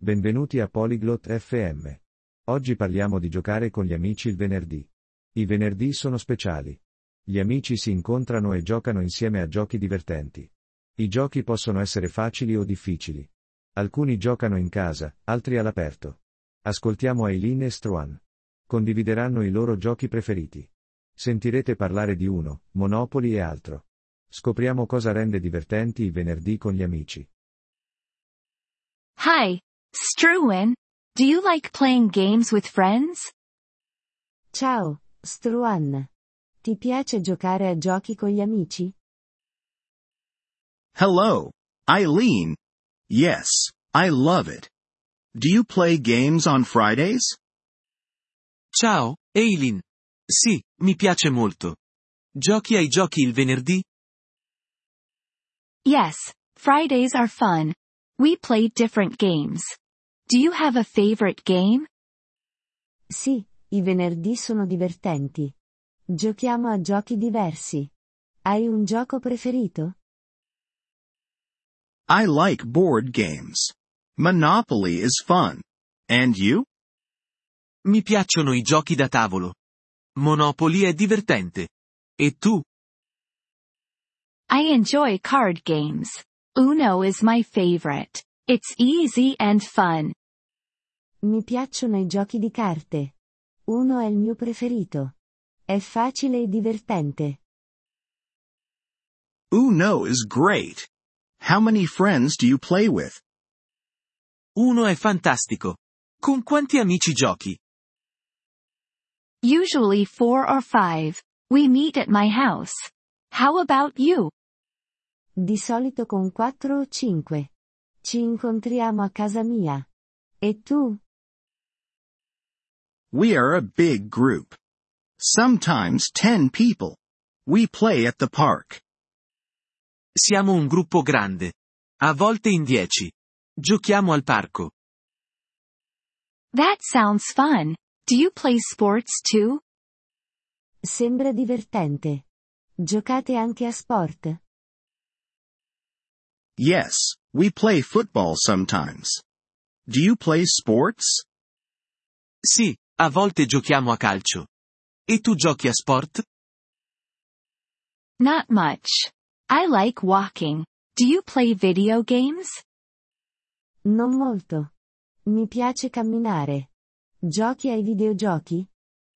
Benvenuti a Polyglot FM. Oggi parliamo di giocare con gli amici il venerdì. I venerdì sono speciali. Gli amici si incontrano e giocano insieme a giochi divertenti. I giochi possono essere facili o difficili. Alcuni giocano in casa, altri all'aperto. Ascoltiamo Aileen e Struan. Condivideranno i loro giochi preferiti. Sentirete parlare di Uno, Monopoli e altro. Scopriamo cosa rende divertenti i venerdì con gli amici. Hi, Struan. Do you like playing games with friends? Ciao, Struan. Ti piace giocare a giochi con gli amici? Hello, Eileen. Yes, I love it. Do you play games on Fridays? Ciao, Eileen. Sì, mi piace molto. Giochi ai giochi il venerdì? Yes, Fridays are fun. We play different games. Do you have a favorite game? Sì, i venerdì sono divertenti. Giochiamo a giochi diversi. Hai un gioco preferito? I like board games. Monopoly is fun. And you? Mi piacciono i giochi da tavolo. Monopoly è divertente. E tu? I enjoy card games. Uno is my favorite. It's easy and fun. Mi piacciono i giochi di carte. Uno è il mio preferito. È facile e divertente. Uno is great. How many friends do you play with? Uno è fantastico. Con quanti amici giochi? Usually 4 or 5. We meet at my house. How about you? Di solito con 4 o 5. Ci incontriamo a casa mia. E tu? We are a big group. Sometimes 10 people. We play at the park. Siamo un gruppo grande. A volte in 10. Giochiamo al parco. That sounds fun. Do you play sports too? Sembra divertente. Giocate anche a sport? Yes, we play football sometimes. Do you play sports? Sì, a volte giochiamo a calcio. E tu giochi a sport? Not much. I like walking. Do you play video games? Non molto. Mi piace camminare. Giochi ai videogiochi?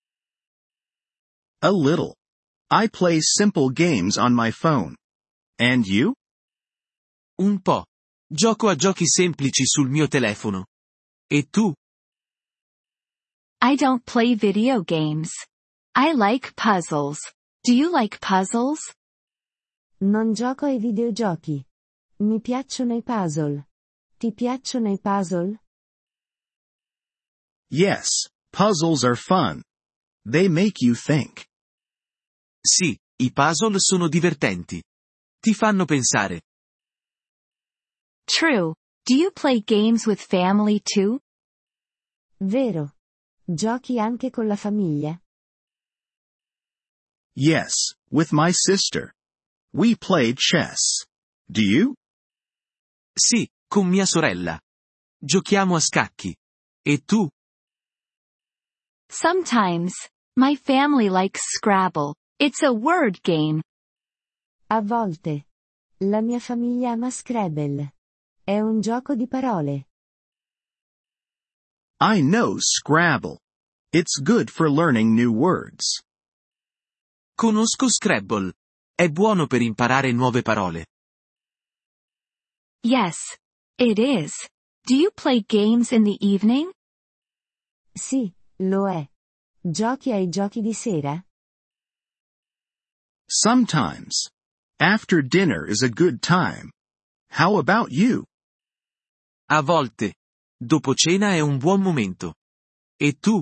A little. I play simple games on my phone. And you? Un po'. Gioco a giochi semplici sul mio telefono. E tu? I don't play video games. I like puzzles. Do you like puzzles? Non gioco ai videogiochi. Mi piacciono i puzzle. Ti piacciono i puzzle? Yes, puzzles are fun. They make you think. Sì, i puzzle sono divertenti. Ti fanno pensare. True. Do you play games with family too? Vero. Giochi anche con la famiglia? Yes, with my sister. We play chess. Do you? Sì, con mia sorella. Giochiamo a scacchi. E tu? Sometimes. My family likes Scrabble. It's a word game. A volte. La mia famiglia ama Scrabble. È un gioco di parole. I know Scrabble. It's good for learning new words. Conosco Scrabble. È buono per imparare nuove parole. Yes. It is. Do you play games in the evening? Sì, lo è. Giochi ai giochi di sera? Sometimes. After dinner is a good time. How about you? A volte. Dopo cena è un buon momento. E tu?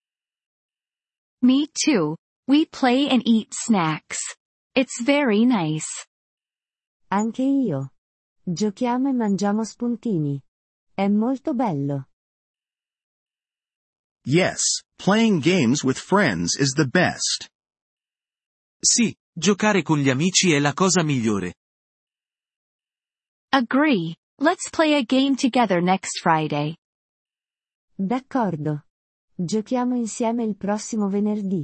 Me too. We play and eat snacks. It's very nice. Anche io. Giochiamo e mangiamo spuntini. È molto bello. Yes, playing games with friends is the best. Sì, giocare con gli amici è la cosa migliore. Agree. Let's play a game together next Friday. D'accordo. Giochiamo insieme il prossimo venerdì.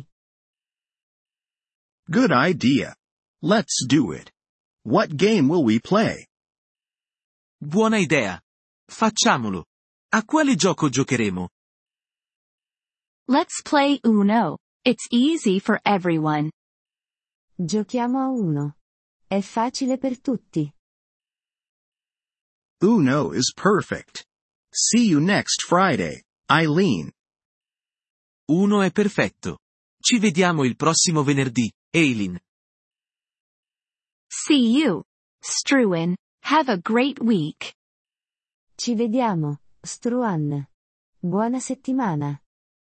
Good idea. Let's do it. What game will we play? Buona idea. Facciamolo. A quale gioco giocheremo? Let's play Uno. It's easy for everyone. Giochiamo a uno. È facile per tutti. Uno is perfect. See you next Friday, Eileen. Uno è perfetto. Ci vediamo il prossimo venerdì, Eileen. See you, Struan. Have a great week. Ci vediamo, Struan. Buona settimana.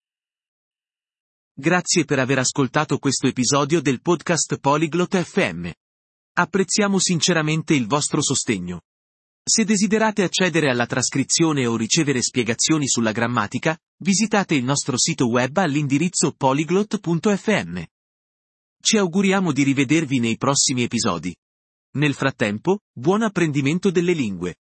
Grazie per aver ascoltato questo episodio del podcast Polyglot FM. Apprezziamo sinceramente il vostro sostegno. Se desiderate accedere alla trascrizione o ricevere spiegazioni sulla grammatica, visitate il nostro sito web all'indirizzo polyglot.fm. Ci auguriamo di rivedervi nei prossimi episodi. Nel frattempo, buon apprendimento delle lingue.